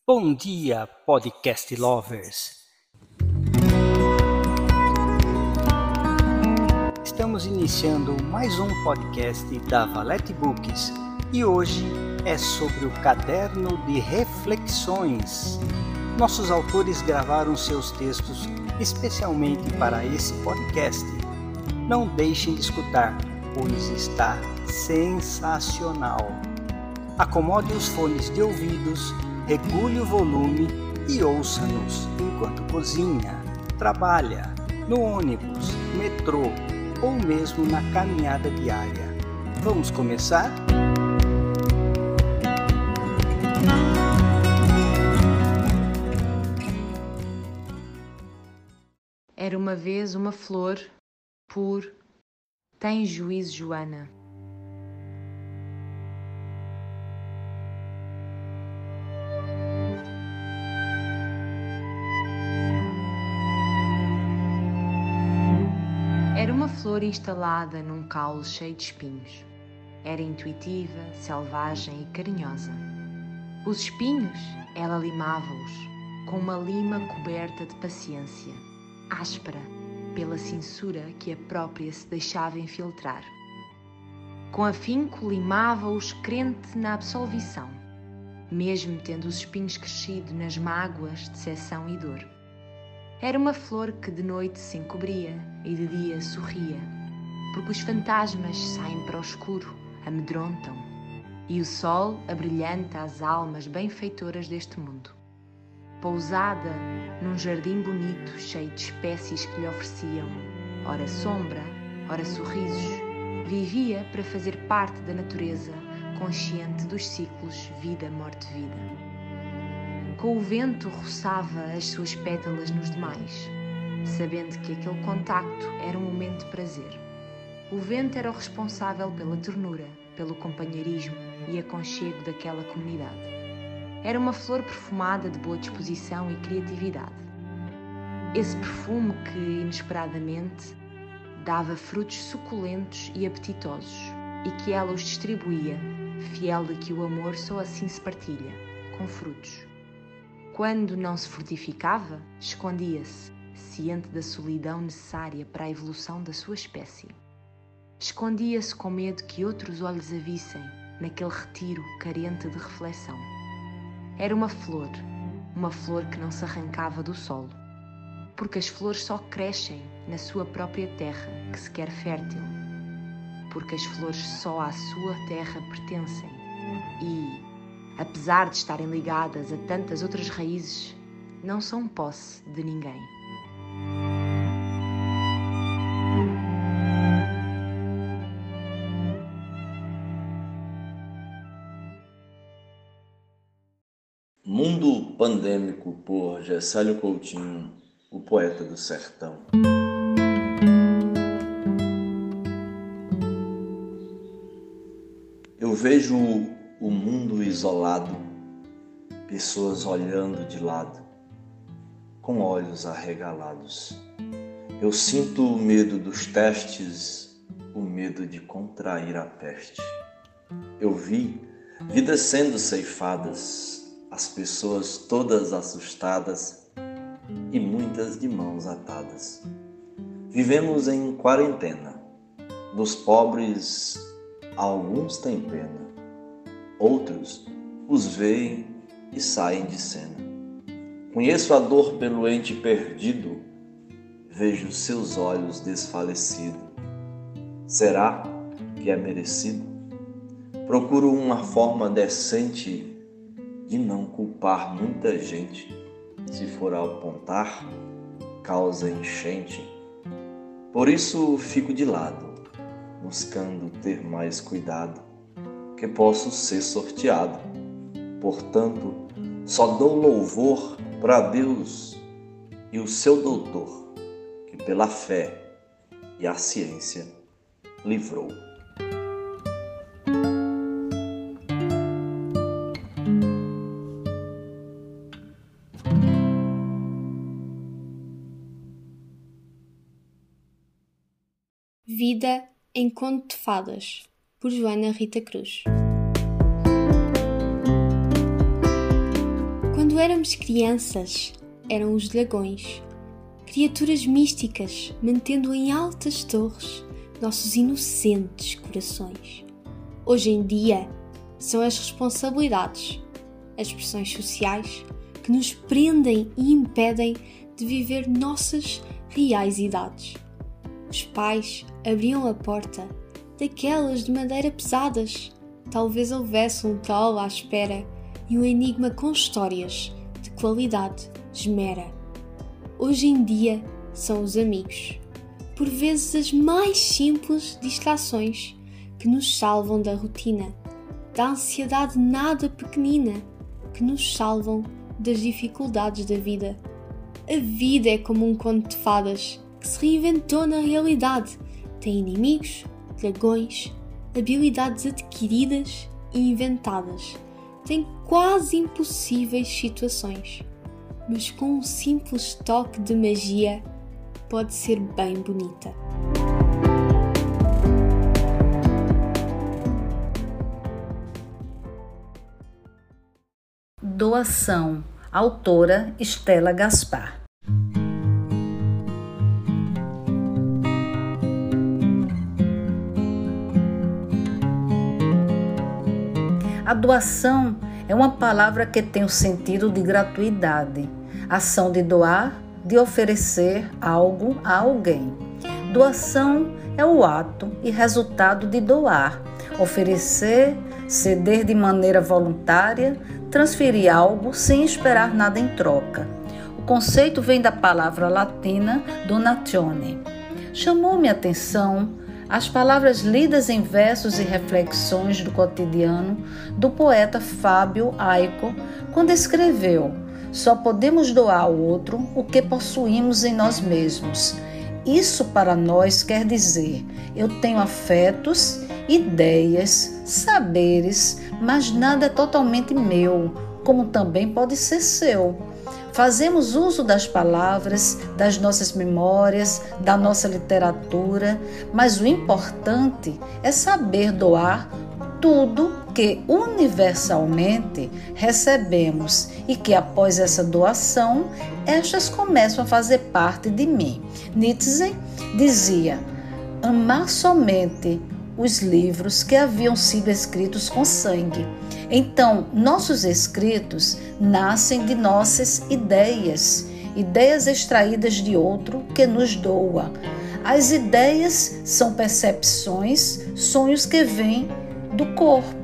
Bom dia, podcast lovers! Estamos iniciando mais um podcast da Valete Books e hoje é sobre o caderno de reflexões. Nossos autores gravaram seus textos especialmente para esse podcast. Não deixem de escutar, pois está sensacional. Acomode os fones de ouvidos, regule o volume e ouça-nos enquanto cozinha, trabalha, no ônibus, metrô ou mesmo na caminhada diária. Vamos começar? Era uma vez uma flor, por Tem Juízo, Joana. Era uma flor instalada num caule cheio de espinhos. Era intuitiva, selvagem e carinhosa. Os espinhos, ela limava-os com uma lima coberta de paciência, áspera pela censura que a própria se deixava infiltrar. Com afinco limava-os crente na absolvição, mesmo tendo os espinhos crescido nas mágoas, decepção e dor. Era uma flor que de noite se encobria e de dia sorria, porque os fantasmas saem para o escuro, amedrontam, e o sol abrilhanta as almas benfeitoras deste mundo. Pousada num jardim bonito, cheio de espécies que lhe ofereciam, ora sombra, ora sorrisos, vivia para fazer parte da natureza, consciente dos ciclos vida, morte, vida. Com o vento roçava as suas pétalas nos demais, sabendo que aquele contacto era um momento de prazer. O vento era o responsável pela ternura, pelo companheirismo e aconchego daquela comunidade. Era uma flor perfumada de boa disposição e criatividade. Esse perfume que, inesperadamente, dava frutos suculentos e apetitosos e que ela os distribuía, fiel de que o amor só assim se partilha, com frutos. Quando não se frutificava, escondia-se, ciente da solidão necessária para a evolução da sua espécie. Escondia-se com medo que outros olhos a vissem naquele retiro carente de reflexão. Era uma flor que não se arrancava do solo, porque as flores só crescem na sua própria terra, que se quer fértil, porque as flores só à sua terra pertencem e, apesar de estarem ligadas a tantas outras raízes, não são posse de ninguém. Mundo Pandêmico, por Gessélio Coutinho, o poeta do sertão. Eu vejo o mundo isolado, pessoas olhando de lado, com olhos arregalados. Eu sinto o medo dos testes, o medo de contrair a peste. Eu vi vidas sendo ceifadas, as pessoas todas assustadas e muitas de mãos atadas. Vivemos em quarentena. Dos pobres, alguns têm pena. Outros os veem e saem de cena. Conheço a dor pelo ente perdido, vejo seus olhos desfalecidos. Será que é merecido? Procuro uma forma decente de não culpar muita gente. Se for a apontar, causa enchente. Por isso fico de lado, buscando ter mais cuidado, que posso ser sorteado. Portanto, só dou louvor para Deus e o seu doutor, que pela fé e a ciência livrou. Vida em Conto de Fadas, por Joana Rita Cruz. Quando Quando éramos crianças, eram os dragões, criaturas místicas, mantendo em altas torres nossos inocentes corações. Hoje em dia, são as responsabilidades, as pressões sociais que nos prendem e impedem de viver nossas reais idades. Os pais abriam a porta daquelas de madeira pesadas. Talvez houvesse um troll à espera e um enigma com histórias de qualidade esmera. Hoje em dia são os amigos, por vezes as mais simples distrações que nos salvam da rotina, da ansiedade nada pequenina, que nos salvam das dificuldades da vida. A vida é como um conto de fadas que se reinventou na realidade. Tem inimigos, dragões, habilidades adquiridas e inventadas. Tem quase impossíveis situações, mas com um simples toque de magia pode ser bem bonita. Doação, autora Estela Gaspar. A doação é uma palavra que tem o sentido de gratuidade, ação de doar, de oferecer algo a alguém. Doação é o ato e resultado de doar, oferecer, ceder de maneira voluntária, transferir algo sem esperar nada em troca. O conceito vem da palavra latina donatione. Chamou-me a atenção as palavras lidas em versos e reflexões do cotidiano do poeta Fábio Aico, quando escreveu: só podemos doar ao outro o que possuímos em nós mesmos. Isso para nós quer dizer, eu tenho afetos, ideias, saberes, mas nada é totalmente meu, como também pode ser seu. Fazemos uso das palavras, das nossas memórias, da nossa literatura, mas o importante é saber doar tudo que universalmente recebemos e que após essa doação, estas começam a fazer parte de mim. Nietzsche dizia: amar somente os livros que haviam sido escritos com sangue. Então, nossos escritos nascem de nossas ideias extraídas de outro que nos doa. As ideias são percepções, sonhos que vêm do corpo.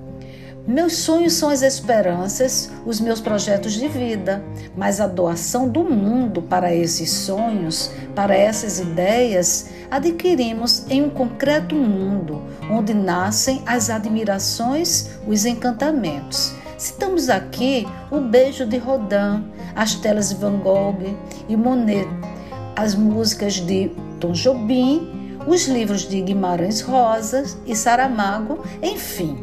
Meus sonhos são as esperanças, os meus projetos de vida, mas a doação do mundo para esses sonhos, para essas ideias, adquirimos em um concreto mundo, onde nascem as admirações, os encantamentos. Citamos aqui o beijo de Rodin, as telas de Van Gogh e Monet, as músicas de Tom Jobim, os livros de Guimarães Rosa e Saramago, enfim,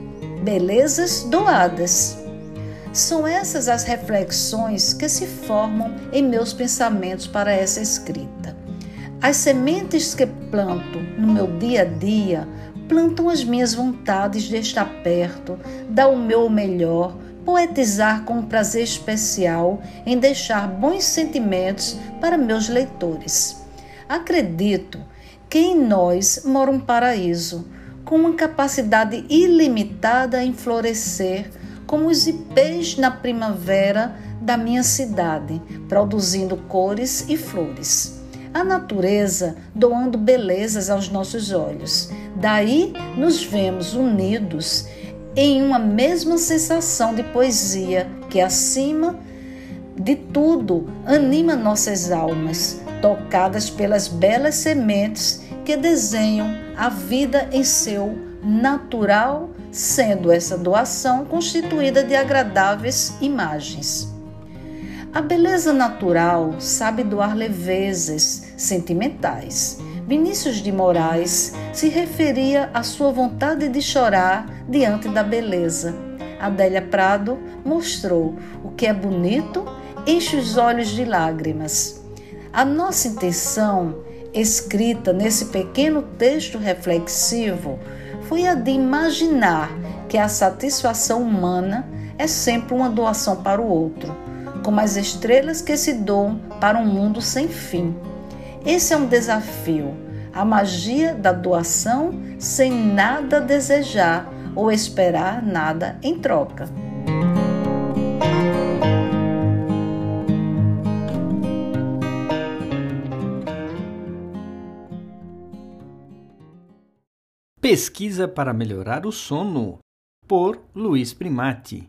belezas doadas. São essas as reflexões que se formam em meus pensamentos para essa escrita. As sementes que planto no meu dia a dia plantam as minhas vontades de estar perto, dar o meu melhor, poetizar com um prazer especial em deixar bons sentimentos para meus leitores. Acredito que em nós mora um paraíso, com uma capacidade ilimitada em florescer, como os ipês na primavera da minha cidade, produzindo cores e flores. A natureza doando belezas aos nossos olhos. Daí nos vemos unidos em uma mesma sensação de poesia que, acima de tudo, anima nossas almas, tocadas pelas belas sementes que desenham a vida em seu natural, sendo essa doação constituída de agradáveis imagens. A beleza natural sabe doar levezas sentimentais. Vinícius de Moraes se referia à sua vontade de chorar diante da beleza. Adélia Prado mostrou o que é bonito enche os olhos de lágrimas. A nossa intenção, escrita nesse pequeno texto reflexivo, foi a de imaginar que a satisfação humana é sempre uma doação para o outro, como as estrelas que se doam para um mundo sem fim. Esse é um desafio, a magia da doação sem nada desejar ou esperar nada em troca. Pesquisa para melhorar o sono, por Luiz Primati.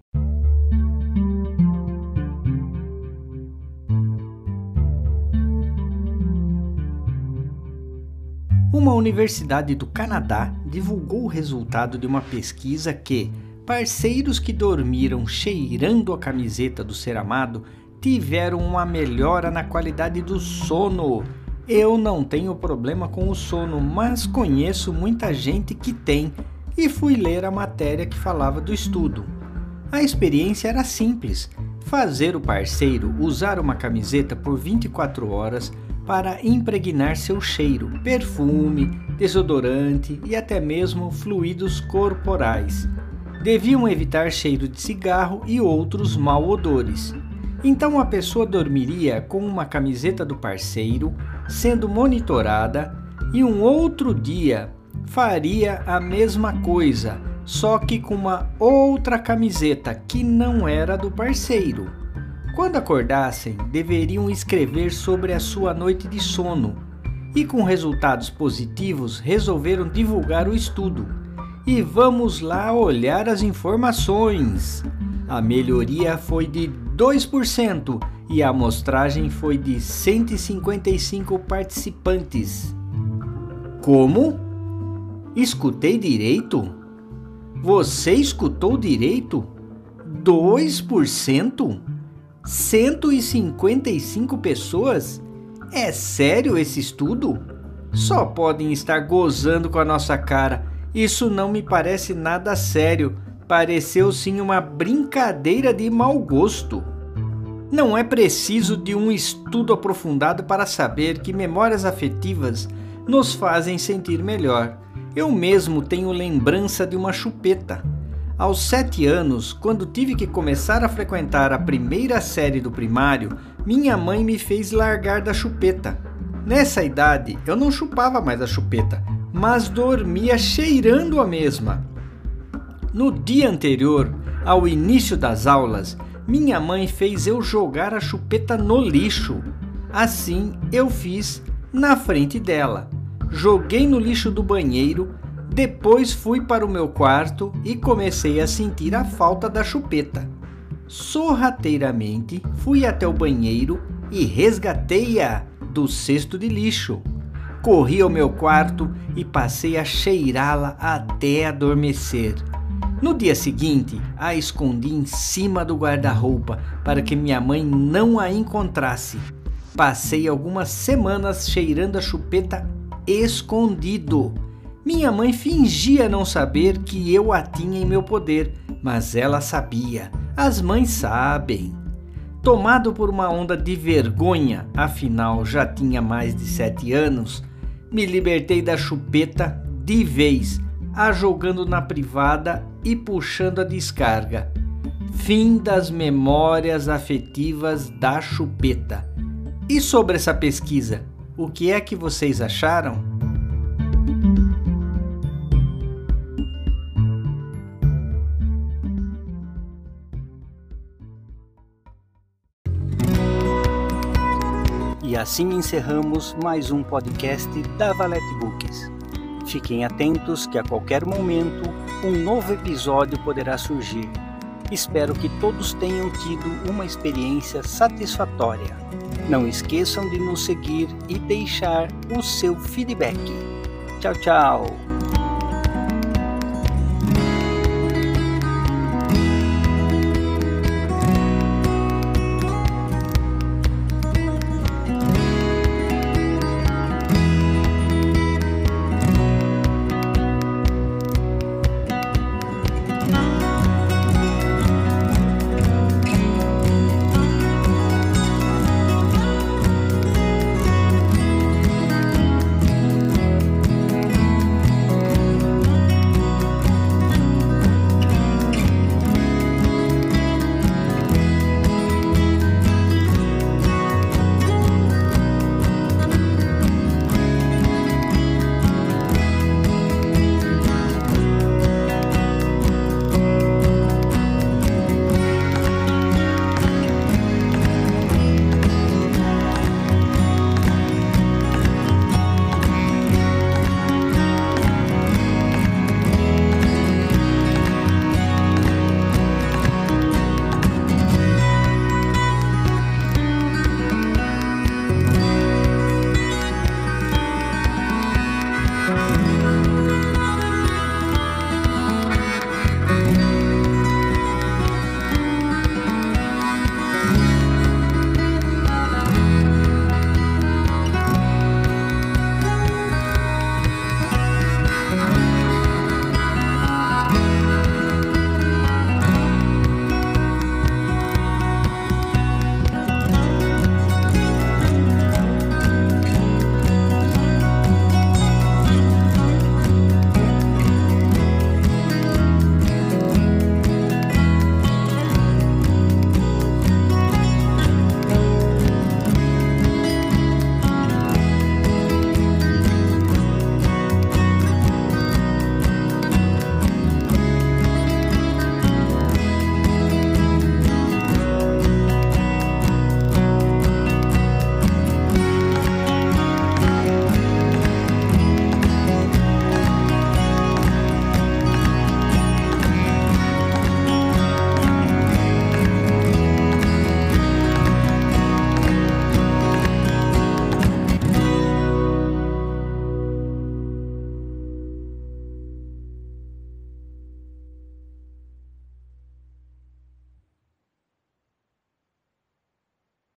Uma universidade do Canadá divulgou o resultado de uma pesquisa que parceiros que dormiram cheirando a camiseta do ser amado tiveram uma melhora na qualidade do sono. Eu não tenho problema com o sono, mas conheço muita gente que tem e fui ler a matéria que falava do estudo. A experiência era simples: fazer o parceiro usar uma camiseta por 24 horas para impregnar seu cheiro, perfume, desodorante e até mesmo fluidos corporais. Deviam evitar cheiro de cigarro e outros mau odores. Então a pessoa dormiria com uma camiseta do parceiro, sendo monitorada, e um outro dia faria a mesma coisa, só que com uma outra camiseta que não era do parceiro. Quando acordassem, deveriam escrever sobre a sua noite de sono e, com resultados positivos, resolveram divulgar o estudo. E vamos lá olhar as informações. A melhoria foi de 2% e a amostragem foi de 155 participantes. Como? Escutei direito? Você escutou direito? 2%? 155 pessoas? É sério esse estudo? Só podem estar gozando com a nossa cara. Isso não me parece nada sério. Pareceu sim uma brincadeira de mau gosto. Não é preciso de um estudo aprofundado para saber que memórias afetivas nos fazem sentir melhor. Eu mesmo tenho lembrança de uma chupeta. Aos 7 anos, quando tive que começar a frequentar a primeira série do primário, minha mãe me fez largar da chupeta. Nessa idade, eu não chupava mais a chupeta, mas dormia cheirando a mesma. No dia anterior, ao início das aulas, minha mãe fez eu jogar a chupeta no lixo. Assim, eu fiz na frente dela. Joguei no lixo do banheiro, depois fui para o meu quarto e comecei a sentir a falta da chupeta. Sorrateiramente, fui até o banheiro e resgatei-a do cesto de lixo. Corri ao meu quarto e passei a cheirá-la até adormecer. No dia seguinte, a escondi em cima do guarda-roupa para que minha mãe não a encontrasse. Passei algumas semanas cheirando a chupeta escondido. Minha mãe fingia não saber que eu a tinha em meu poder, mas ela sabia. As mães sabem. Tomado por uma onda de vergonha, afinal já tinha mais de 7 anos, me libertei da chupeta de vez, a jogando na privada e puxando a descarga. Fim das memórias afetivas da chupeta. E sobre essa pesquisa, o que é que vocês acharam? E assim encerramos mais um podcast da Valete Books. Fiquem atentos que a qualquer momento um novo episódio poderá surgir. Espero que todos tenham tido uma experiência satisfatória. Não esqueçam de nos seguir e deixar o seu feedback. Tchau, tchau!